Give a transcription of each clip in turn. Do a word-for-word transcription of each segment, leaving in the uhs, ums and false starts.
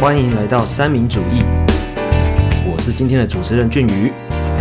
欢迎来到三民主义，我是今天的主持人俊宇。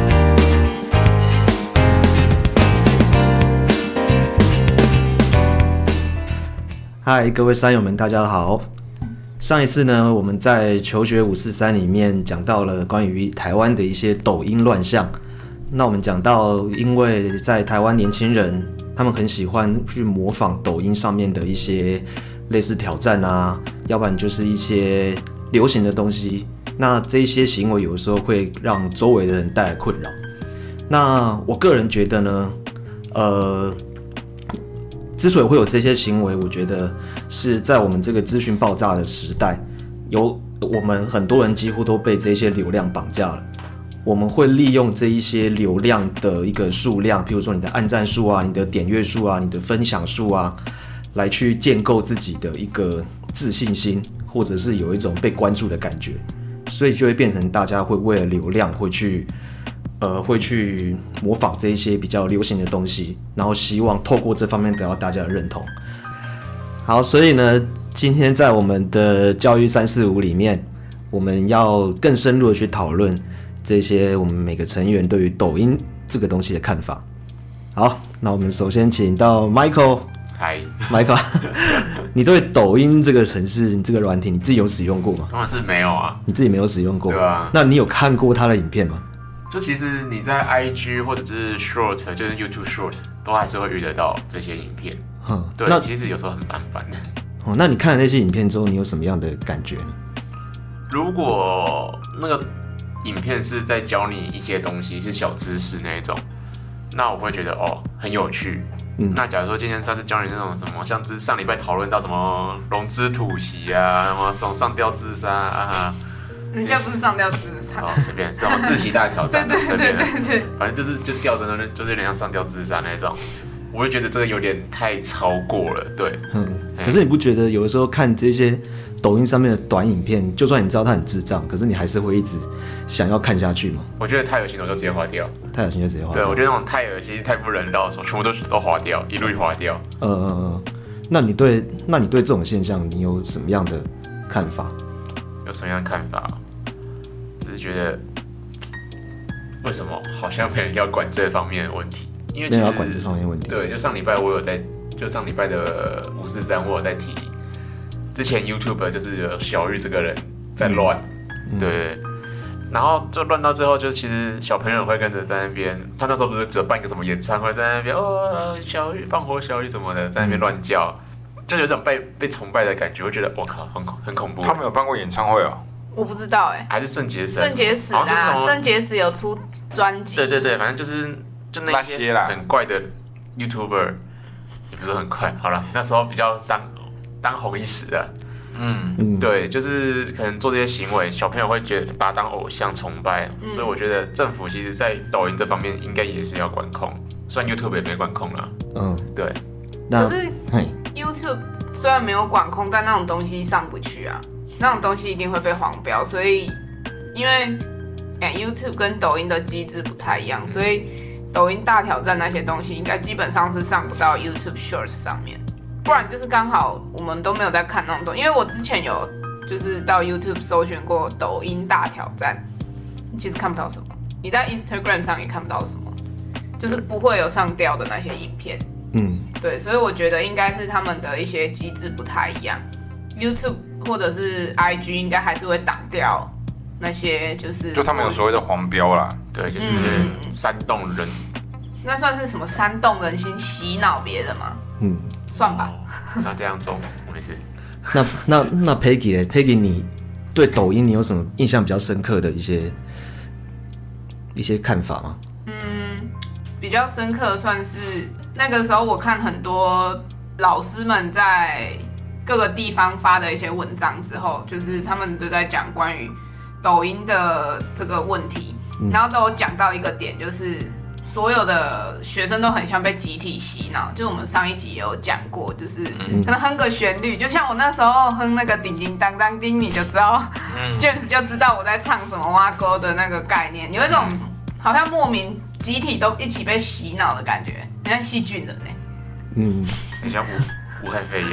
嗨，各位山友们，大家好。上一次呢，我们在求学五四三里面讲到了关于台湾的一些抖音乱象。那我们讲到，因为在台湾年轻人，他们很喜欢去模仿抖音上面的一些类似挑战啊，要不然就是一些流行的东西。那这些行为有的时候会让周围的人带来困扰。那我个人觉得呢，呃。之所以会有这些行为，我觉得是在我们这个资讯爆炸的时代，有我们很多人几乎都被这些流量绑架了。我们会利用这一些流量的一个数量，譬如说你的按赞数啊、你的点阅数啊、你的分享数啊，来去建构自己的一个自信心，或者是有一种被关注的感觉，所以就会变成大家会为了流量会去。呃，会去模仿这一些比较流行的东西，然后希望透过这方面得到大家的认同。好，所以呢，今天在我们的教育三四五里面，我们要更深入的去讨论这些我们每个成员对于抖音这个东西的看法。好，那我们首先请到 Michael。 嗨 ，Michael， 你对抖音这个程式、这个软体，你自己有使用过吗？ 当然是没有啊， 你自己没有使用过， 对啊。 那你有看过他的影片吗？ 就其实你在 I G 或者是 Short， 就是 YouTube Short， 都还是会遇得到这些影片。嗯，对，那其实有时候很蛮烦的。 哦，那你看了那些影片之后，你有什么样的感觉呢？ 如果那个影片是在教你一些东西，是小知识那一种，那我会觉得哦很有趣。嗯，那假如说今天他是教你那种什么，像上礼拜讨论到什么龙之吐息啊，什么从上吊自杀啊。 人家不是上吊自杀， 哦，随便，这种自习大挑战， 对对对对对， 反正就是就吊着呢，就是有点像上吊自杀那种。我会觉得这个有点太超过了，对。 嗯，可是你不觉得有的时候看这些抖音上面的短影片，就算你知道它很智障，可是你还是会一直想要看下去吗？ 我觉得太恶心了，我就直接划掉。 太恶心就直接划掉。 对，我觉得那种太恶心、太不人道的时候，全部都都划掉，一律划掉。 嗯嗯嗯。那你对那你对这种现象，你有什么样的看法？ 有什么样的看法？只是觉得为什么好像没人要管这方面的问题？因为其实没人要管这方面问题。 对，就上礼拜我有在，就上礼拜的五四三，我有在提，之前 YouTube 就是有小玉这个人在乱，嗯、对，然后就乱到最后，就其实小朋友会跟着在那边，他那时候不是只办一个什么演唱会，在那边哦小玉放火小玉什么的，在那边乱叫，嗯、就有种被被崇拜的感觉，我觉得我靠，很很恐怖。 他们有办过演唱会哦。 我不知道哎、欸， 还是圣结石？圣结石啦，圣结石有出专辑。 对对对，反正就是就那些很怪的 YouTuber， 也不是很怪。好了，那时候比较当当红一时的，嗯，对，就是可能做这些行为，小朋友会觉得把他当偶像崇拜，嗯、所以我觉得政府其实在抖音这方面应该也是要管控，虽然 YouTube 也没管控啦。嗯，对。 可是 YouTube 虽然没有管控，但那种东西上不去啊。那种东西一定会被黄标，所以因为、欸、YouTube 跟抖音的机制不太一样，所以抖音大挑战那些东西应该基本上是上不到 YouTube Shorts 上面，不然就是刚好我们都没有在看那种东西。因为我之前有就是到 YouTube 搜寻过抖音大挑战，其实看不到什么，你在 Instagram 上也看不到什么，就是不会有上吊的那些影片。嗯，对，所以我觉得应该是他们的一些机制不太一样 ，YouTube。或者是 I G 应该还是会挡掉那些，就是就他们有所谓的黄标啦， 对，就是煽动人，嗯、 那算是什么煽动人心、洗脑别人吗？嗯，算吧。 哦、那这样中，我没事。 那那那 Peggy 呢 ？Peggy， 你对抖音你有什么印象比较深刻的一些一些看法吗？ 嗯，比较深刻的算是那个时候我看很多老师们在各个地方发的一些文章之后，就是他们都在讲关于抖音的这个问题，嗯、然后都有讲到一个点，就是所有的学生都很像被集体洗脑。就是我们上一集也有讲过，就是可能哼个旋律，就像我那时候哼那个叮叮当当叮，你就知道、嗯、James 就知道我在唱什么挖沟的那个概念，有一种好像莫名集体都一起被洗脑的感觉，很像细菌人呢、欸。 嗯，很像武武汉肺炎。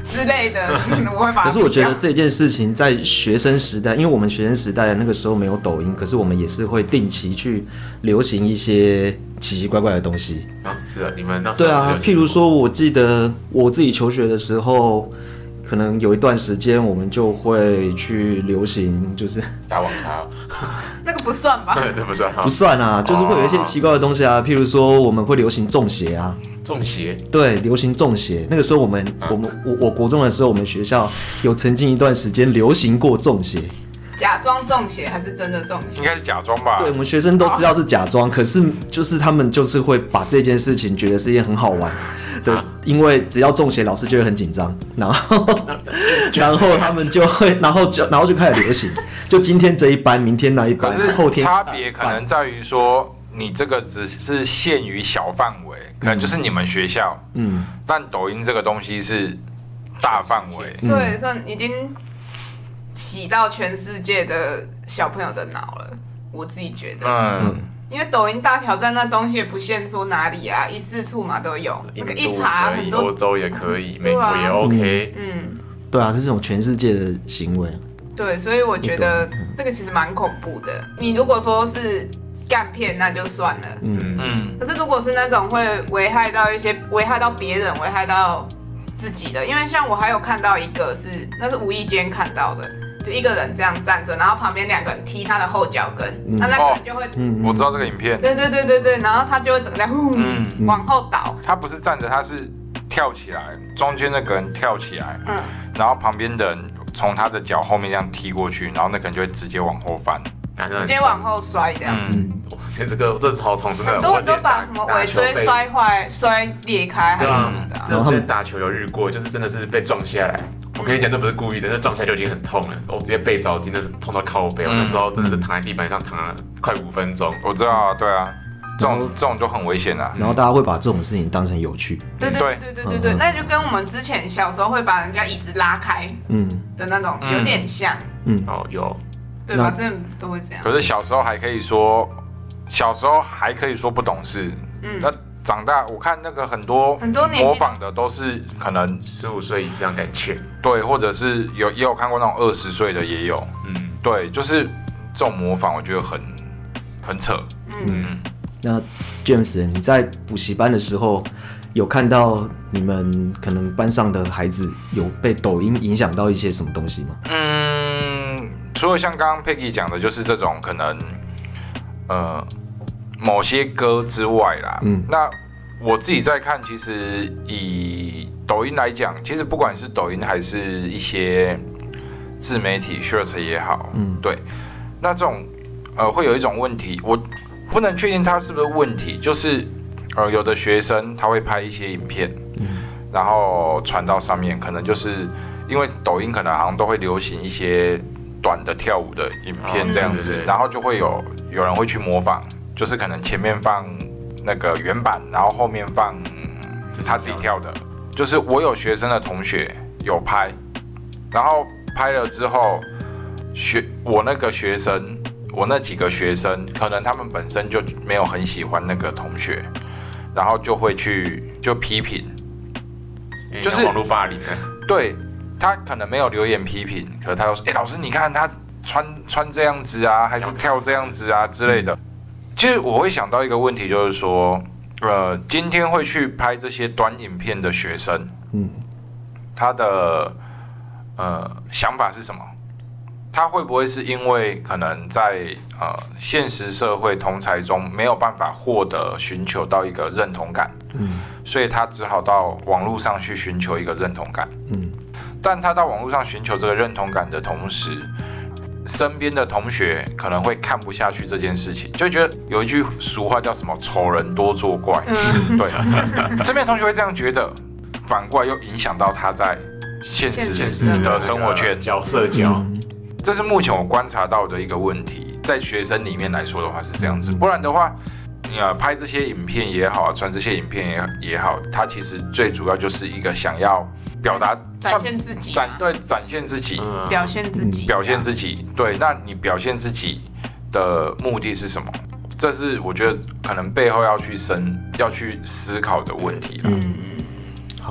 之类的，我会把它。 可是我觉得这件事情在学生时代，因为我们学生时代那个时候没有抖音，可是我们也是会定期去流行一些奇奇怪怪的东西。 啊，是啊，你们那时候对啊，譬如说，我记得我自己求学的时候，可能有一段时间我们就会去流行，就是打网咖， 那个不算吧？ 对，不算， 不算啊，就是会有一些奇怪的东西啊，譬如说我们会流行中邪啊。 中邪， 对，流行中邪。那个时候我们，啊、我们我我国中的时候，我们学校有曾经一段时间流行过中邪。 假装中邪还是真的中邪？ 应该是假装吧。 对，我们学生都知道是假装，可是就是他们就是会把这件事情觉得是一件很好玩的，啊、因为只要中邪，老师就会很紧张，然后然后他们就会，然后就然后就开始流行，就今天这一班，明天那一班，后天差别可能在于说。你这个只是限于小范围，可能就是你们学校，嗯，但抖音这个东西是大范围， 嗯、对，算已经洗到全世界的小朋友的脑了，我自己觉得，嗯，因为抖音大挑战那东西也不限说哪里啊，一四处嘛都有，那个一查很多， 欧洲也可以，美国也 OK， 嗯， 对啊，是这种全世界的行为， 对，所以我觉得那个其实蛮恐怖的。你如果说是干片那就算了，嗯嗯。可是如果是那种会危害到一些危害到别人、危害到自己的，因为像我还有看到一个是，那是无意间看到的，就一个人这样站着，然后旁边两个人踢他的后脚跟，嗯、那那个人就会， 嗯、我知道这个影片， 对对对对对，然后他就会整个在呼、嗯、往后倒。 他不是站着，他是跳起来，中间那个人跳起来，嗯，然后旁边的人从他的脚后面这样踢过去，然后那个人就会直接往后翻。 直接往后摔这样， 嗯，这个这超痛，真的。 很多人都把什么尾椎摔坏、摔裂开还是什么的、啊。 之前打球有遇过，就是真的是被撞下来。我跟你讲，那不是故意的，那撞下来就已经很痛了。我直接背着地，那痛到靠背。我那时候真的是躺在地板上躺了快五分钟。 我知道啊，对啊，这种这种就很危险啊。 然后大家会把这种事情当成有趣。 对对对对对对，那就跟我们之前小时候会把人家椅子拉开，嗯的那种有点像。 嗯，哦有。 对吧？真的都会这样。 可是小时候还可以说，小时候还可以说不懂事。嗯。那长大，我看那个很多很多模仿的都是可能十五岁以上敢劝。 对，或者是有也有看过那种二十岁的也有。嗯。对，就是这种模仿，我觉得很很扯。嗯。嗯那 James， 你在补习班的时候，有看到你们可能班上的孩子有被抖音影响到一些什么东西吗？ 嗯。除了像刚刚 Peggy 讲的，就是这种可能，呃，某些歌之外啦，嗯，那我自己在看，其实以抖音来讲，其实不管是抖音还是一些自媒体 Shorts 也好，嗯，对，那这种呃会有一种问题，我不能确定它是不是问题，就是呃有的学生他会拍一些影片，嗯，然后传到上面，可能就是因为抖音可能好像都会流行一些短的跳舞的影片这样子，哦、对对对然后就会有有人会去模仿，就是可能前面放那个原版，然后后面放他自己跳的。就是我有学生的同学有拍，然后拍了之后，学我那个学生，我那几个学生，可能他们本身就没有很喜欢那个同学，然后就会去就批评， 就是网络霸凌。 对。他可能没有留言批评，可是他又说：“哎、欸，老师，你看他穿穿这样子啊，还是跳这样子啊之类的。”其实我会想到一个问题，就是说，呃，今天会去拍这些短影片的学生，嗯，他的呃想法是什么？他会不会是因为可能在呃现实社会同侪中没有办法获得寻求到一个认同感，嗯，所以他只好到网络上去寻求一个认同感，嗯。但他到网络上寻求这个认同感的同时，身边的同学可能会看不下去这件事情，就会觉得有一句俗话叫什么"丑人多作怪"，嗯、对，身边的同学会这样觉得，反过来又影响到他在现实的生活圈角社交， 嗯，这是目前我观察到的一个问题，在学生里面来说的话是这样子，不然的话，你啊拍这些影片也好，传这些影片也也好，它其实最主要就是一个想要表达。 展现自己， 展对展现自己， 嗯、表现自己， 表现自己。对，那你表现自己的目的是什么？这是我觉得可能背后要去深、要去思考的问题了。 嗯，好，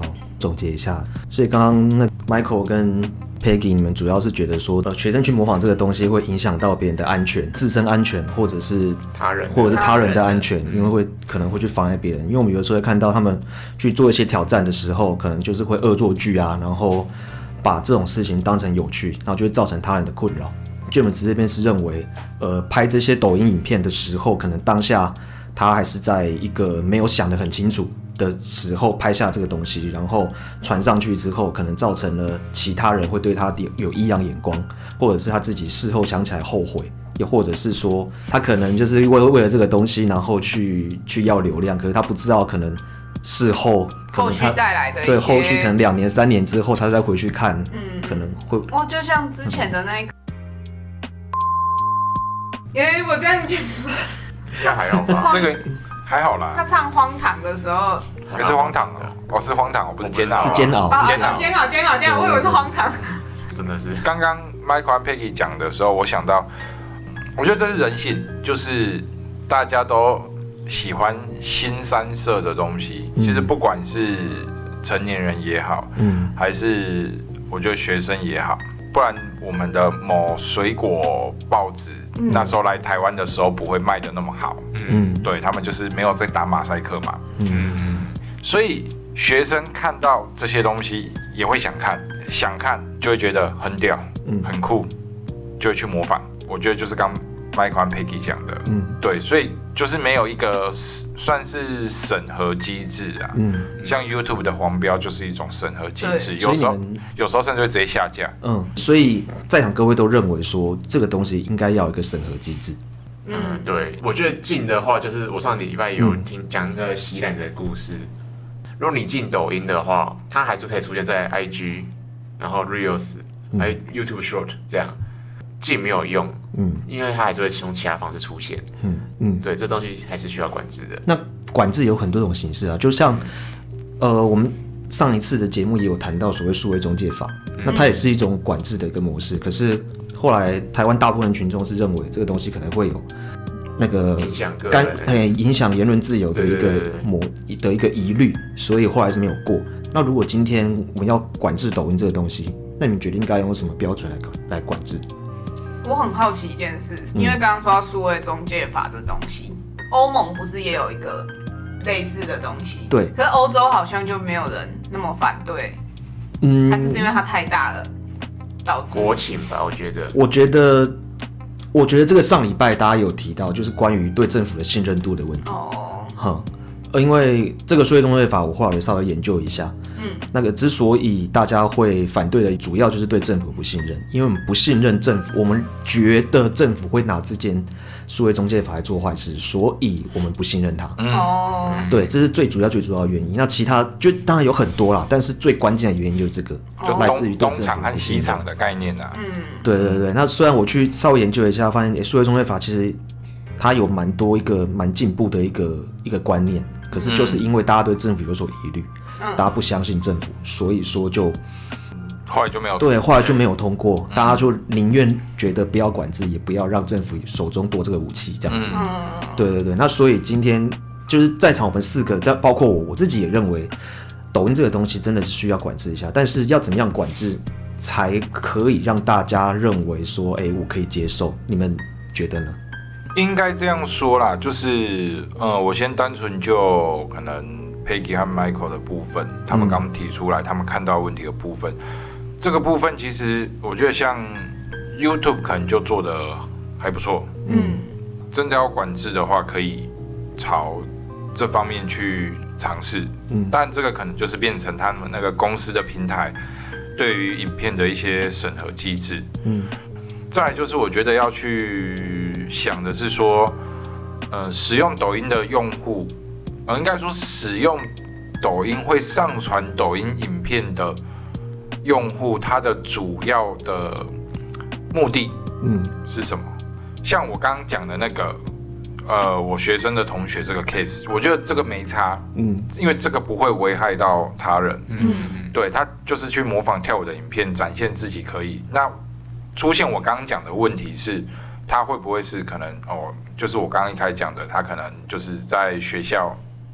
总结一下。所以刚刚那 Michael 跟 Peggy 你们主要是觉得说，呃，学生去模仿这个东西会影响到别人的安全、自身安全，或者是他人， 或者是他人的安全，因为会可能会去妨碍别人。因为我们有的时候会看到他们去做一些挑战的时候，可能就是会恶作剧啊，然后把这种事情当成有趣，然后就会造成他人的困扰。James 这边是认为，呃，拍这些抖音影片的时候，可能当下他还是在一个没有想得很清楚的时候拍下这个东西，然后传上去之后，可能造成了其他人会对他有异样眼光，或者是他自己事后想起来后悔，又或者是说他可能就是为为了这个东西，然后去去要流量，可是他不知道可能事后可能他后续带来的一些对后续可能两年三年之后他再回去看，嗯，可能会哦，就像之前的那一个，哎、嗯，我这样讲， 那还好吧？ 这个还好啦。 他唱荒唐的时候， 也是荒唐哦，哦是荒唐，我不是煎熬， 是煎熬， 啊，煎熬，煎熬，煎熬，煎熬，我以为是荒唐。 真的是。 刚刚 Michael 和 Peggy 讲的时候，我想到，我觉得这是人性，就是大家都喜欢新三色的东西，嗯、就是不管是成年人也好，嗯，还是我觉得学生也好，不然我们的某水果报纸、嗯、那时候来台湾的时候不会卖的那么好，嗯，对他们就是没有在打马赛克嘛，嗯，所以学生看到这些东西也会想看，想看就会觉得很屌，嗯，很酷，就会去模仿。我觉得就是刚 Michael 和 Peggy 讲的，嗯，对，所以就是没有一个算是审核机制啊，嗯，像 YouTube 的黄标就是一种审核机制，有时候有时候甚至会直接下架， 嗯，所以在场各位都认为说这个东西应该要有一个审核机制。 嗯，对，我觉得进的话，就是我上礼拜有听讲一个洗脸的故事。如果你进抖音的话，它还是可以出现在 I G， 然后 Reels， 还有 YouTube Short 这样。禁没有用，嗯，因为它还是会用其他方式出现，嗯嗯，对，这东西还是需要管制的。 那管制有很多种形式啊，就像呃，我们上一次的节目也有谈到所谓数位中介法，嗯、那它也是一种管制的一个模式。可是后来台湾大部分群众是认为这个东西可能会有那个影响个干诶影响言论自由的一个模的一个疑虑，所以后来是没有过。那如果今天我们要管制抖音这个东西，那你们觉得应该用什么标准来来管制？ 我很好奇一件事，因为刚刚说到数位中介法这东西，欧盟不是也有一个类似的东西？ 对。 可是欧洲好像就没有人那么反对，嗯，还是是因为它太大了导致国情吧？我觉得。 我觉得，我觉得这个上礼拜大家有提到，就是关于对政府的信任度的问题。哦。哼。因为这个数位中介法，我后来稍微研究一下，嗯，那个之所以大家会反对的，主要就是对政府不信任，因为我们不信任政府，我们觉得政府会拿这件数位中介法来做坏事，所以我们不信任它。哦、嗯，对，这是最主要、最主要的原因。那其他就当然有很多啦，但是最关键的原因就是这个，就来自于对政府东厂和西厂的概念啊。嗯， 对对对。那虽然我去稍微研究一下，发现数位中介法其实它有蛮多一个蛮进步的一个一个观念。可是就是因为大家对政府有所疑虑，嗯、大家不相信政府，所以说就后来就没有对，后来就没有通过，嗯、大家就宁愿觉得不要管制，也不要让政府手中多这个武器，这样子。嗯、对对对，那所以今天就是在场我们四个，但包括我，我自己也认为，抖音这个东西真的是需要管制一下，但是要怎么样管制才可以让大家认为说，哎、欸，我可以接受？你们觉得呢？ 应该这样说啦，就是，呃，我先单纯就可能 Peggy 和 Michael 的部分，他们刚提出来，他们看到问题的部分，这个部分其实我觉得像 YouTube 可能就做得还不错，嗯，真的要管制的话，可以朝这方面去尝试，嗯，但这个可能就是变成他们那个公司的平台对于影片的一些审核机制，嗯。再来就是我觉得要去想的是说，呃，使用抖音的用户，呃，应该说使用抖音会上传抖音影片的用户，他的主要的目的，嗯，是什么？像我刚刚讲的那个，呃，我学生的同学这个 case， 我觉得这个没差，嗯，因为这个不会危害到他人，嗯，对他就是去模仿跳舞的影片，展现自己可以那。出现我刚刚讲的问题是，他会不会是可能哦，就是我刚刚一开始讲的，他可能就是在学校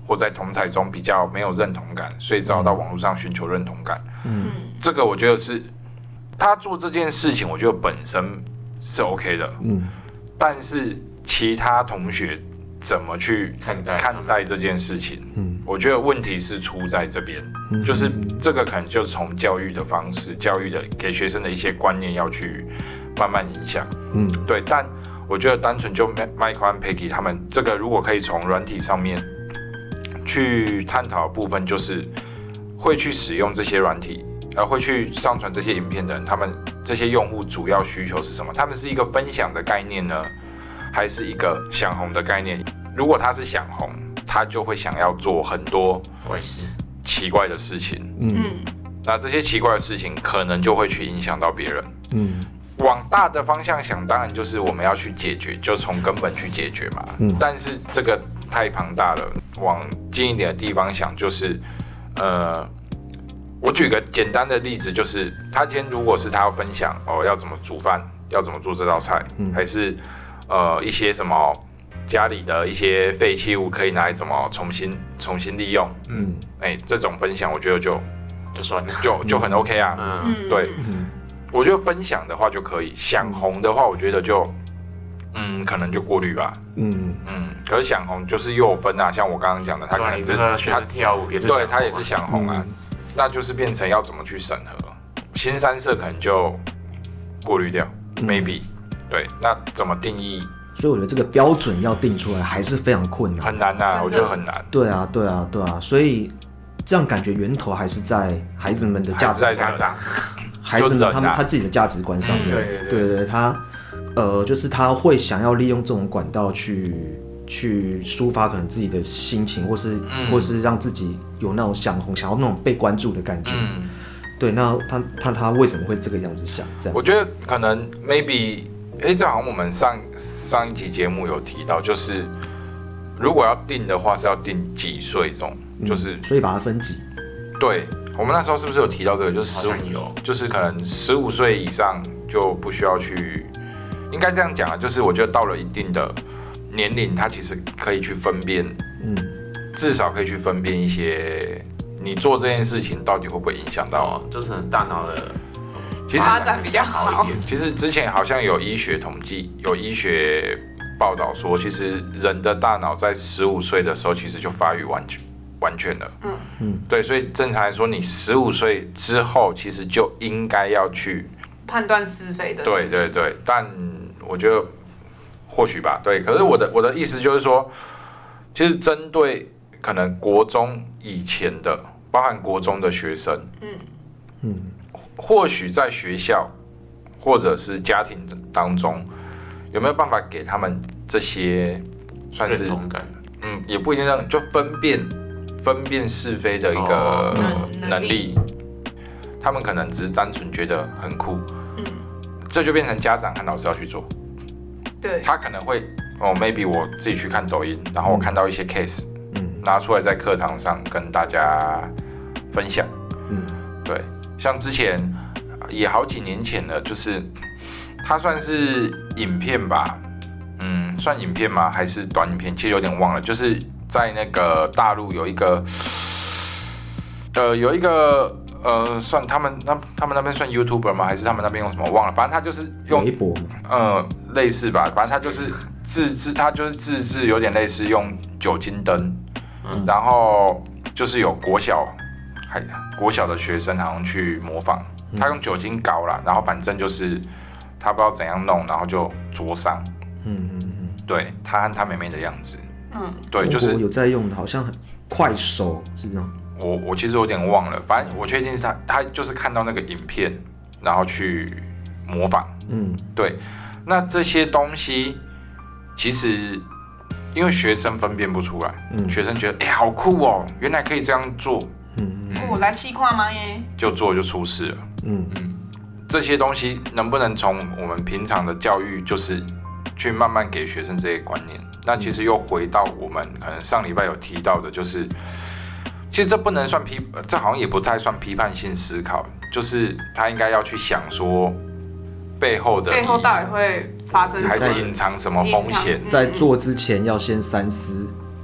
或在同侪中比较没有认同感，所以只好到网络上寻求认同感。 嗯， 这个我觉得是他做这件事情，我觉得本身是 OK 的。嗯，但是其他同学怎么去看待看待这件事情？嗯，我觉得问题是出在这边，嗯、就是这个可能就从教育的方式、教育的给学生的一些观念要去慢慢影响。嗯，对，但我觉得单纯就 Michael 和 Peggy 他们这个，如果可以从软体上面去探讨的部分，就是会去使用这些软体，呃，会去上传这些影片的人，他们这些用户主要需求是什么？他们是一个分享的概念呢，还是一个想红的概念？如果他是想红，他就会想要做很多奇怪的事情。嗯，那这些奇怪的事情可能就会去影响到别人。嗯。往大的方向想，当然就是我们要去解决，就从根本去解决嘛。嗯，但是这个太庞大了，往近一点的地方想，就是呃，我举个简单的例子，就是他今天如果是他要分享哦，要怎么煮饭，要怎么做这道菜，嗯、还是呃一些什么家里的一些废弃物可以拿来怎么重新重新利用，嗯，哎、欸，这种分享我觉得就就算了， 就就很 OK 啊，嗯，对。嗯，我觉得分享的话就可以，想红的话，我觉得就，嗯，可能就过滤吧。嗯嗯，可是想红就是又有分啊，像我刚刚讲的，他可能是他跳舞也是， 对他也是想红啊，嗯、那就是变成要怎么去审核，新三色可能就过滤掉、嗯、，maybe， 对，那怎么定义？ 所以我觉得这个标准要定出来还是非常困难， 很难啊，我觉得很难。 对啊，对啊，对啊，所以这样感觉源头还是在孩子们的价值观上。孩子们他们他自己的价值观上面， 对对对, 对, 对他，呃，就是他会想要利用这种管道去去抒发可能自己的心情，或是、嗯、或是让自己有那种想红、想要那种被关注的感觉。嗯、对，那他他他为什么会这个样子想？这样， 我觉得可能 maybe， 哎，这好像我们上上一期节目有提到，就是如果要定的话是要定几岁这种，就是、 嗯、所以把它分级。 对。我们那时候是不是有提到这个？就是十五，就是可能十五岁以上就不需要去，应该这样讲啊，就是我觉得到了一定的年龄，他其实可以去分辨，嗯，至少可以去分辨一些你做这件事情到底会不会影响到、 哦，就是大脑的发展比较好一点。 其实之前好像有医学统计，有医学报道说，其实人的大脑在十五岁的时候其实就发育完全。完全了，嗯嗯，对，所以正常来说，你十五岁之后，其实就应该要去判断是非的。 对对对，但我觉得或许吧，对。可是我的我的意思就是说，其实针对可能国中以前的，包含国中的学生，嗯嗯，或许在学校或者是家庭当中，有没有办法给他们这些算是认同感？ 嗯，也不一定让就分辨。分辨是非的一个能力，他们可能只是单纯觉得很酷，嗯，这就变成家长和老师要去做。 对， 他可能会哦 ，maybe 我自己去看抖音，然后我看到一些 case，嗯，拿出来在课堂上跟大家分享，嗯，对，像之前也好几年前了，就是它算是影片吧，嗯，算影片吗？还是短影片？其实有点忘了，就是。在那个大陆有一个，呃，有一个呃，算他们那他们那边算 YouTuber 吗？还是他们那边用什么？忘了。反正他就是用微博， 呃，类似吧。反正他就是自制，他就是自制，有点类似用酒精灯，嗯、然后就是有国小还国小的学生好像去模仿，嗯、他用酒精膏啦，然后反正就是他不知道怎样弄，然后就灼伤。嗯嗯嗯，对他和他妹妹的样子。嗯，对，就是有在用的，好像很快手是吗？ 我我其实有点忘了，反正我确定是他，他就是看到那个影片，然后去模仿。嗯，对。那这些东西其实因为学生分辨不出来，嗯、学生觉得哎、欸、好酷哦，原来可以这样做。 嗯嗯，我来气看吗耶？ 就做就出事了。嗯嗯，这些东西能不能从我们平常的教育，就是去慢慢给学生这些观念？那其实又回到我们可能上礼拜有提到的，就是其实这不能算批，这好像也不太算批判性思考，就是他应该要去想说背后的背后到底会发生什么， 还是隐藏什么风险， 在做之前要先三思。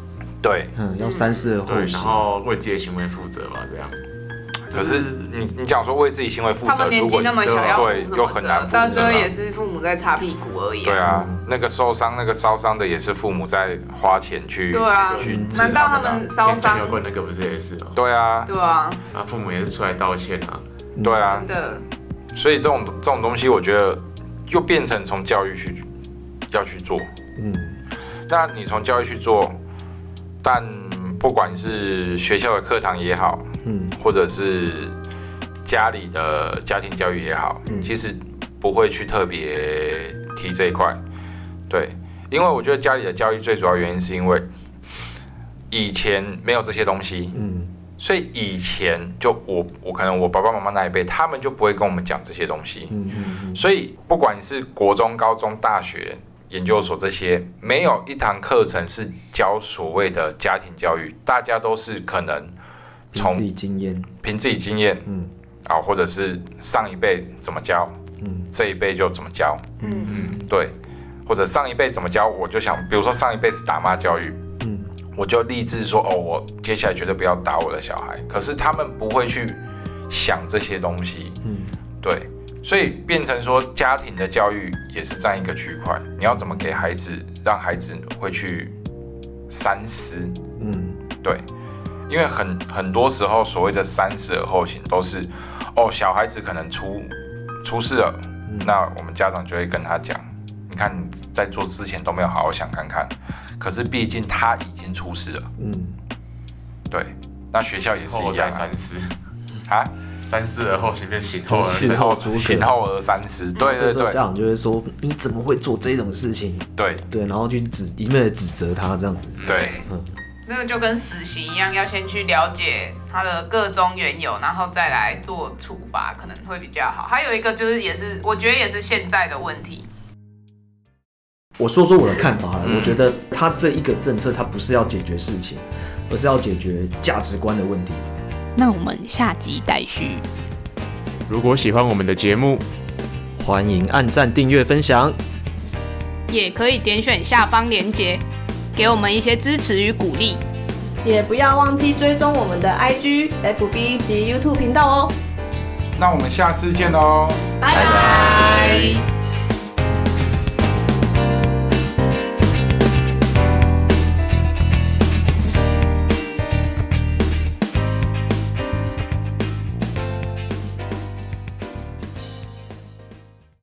对， 嗯，要三思而后对， 行， 然后为自己的行为负责吧，这样。 可是你你讲说为自己行为负责， 他们年纪那么小要负什么又很难负责， 到最后也是父母在擦屁股而已、啊。 对啊，那个受伤、那个烧伤的也是父母在花钱去， 对啊， 去治难道他们们烧伤？ 要问那个不是也是吗？ 对啊， 对啊， 啊，父母也是出来道歉啊。 对啊， 真的。 所以这种这种东西，我觉得又变成从教育去要去做。嗯，那你从教育去做，但不管是学校的课堂也好，嗯，或者是家里的家庭教育也好，嗯，其实不会去特别提这一块，对，因为我觉得家里的教育最主要原因是因为以前没有这些东西，嗯，所以以前就我我可能我爸爸妈妈那一辈，他们就不会跟我们讲这些东西，嗯嗯嗯，所以不管是国中、高中、大学、研究所这些，没有一堂课程是教所谓的家庭教育，大家都是可能从凭自己经验， 凭自己经验，嗯。啊，或者是上一辈怎么教，嗯，这一辈就怎么教，嗯嗯，对，或者上一辈怎么教，我就想，比如说上一辈是打骂教育，嗯，我就立志说，哦，我接下来绝对不要打我的小孩。可是他们不会去想这些东西，嗯，对，所以变成说家庭的教育也是占一个区块，你要怎么给孩子，让孩子会去三思，嗯，对。因为很很多时候，所谓的三思而后行，都是哦，小孩子可能出出事了，嗯、那我们家长就会跟他讲，你看你在做之前都没有好好想看看，可是毕竟他已经出事了，嗯，对，那学校也是一样、啊， 三思啊， 三思而后行，变刑后刑后诸葛， 刑后而三思，对对对， 家长就会说你怎么会做这种事情？ 对对，然后去指一味的指责他这样子， 对， 嗯。那个就跟死刑一样，要先去了解它的个中缘由，然后再来做处罚，可能会比较好。还有一个就是，也是我觉得也是现在的问题。 我说说我的看法了，嗯、我觉得他这一个政策，它不是要解决事情，而是要解决价值观的问题。 那我们下集待续。 如果喜欢我们的节目， 欢迎按赞、订阅、分享， 也可以点选下方连结。给我们一些支持与鼓励， 也不要忘记追踪我们的 I G、F B 及 YouTube 频道哦。 那我们下次见喽， 拜拜。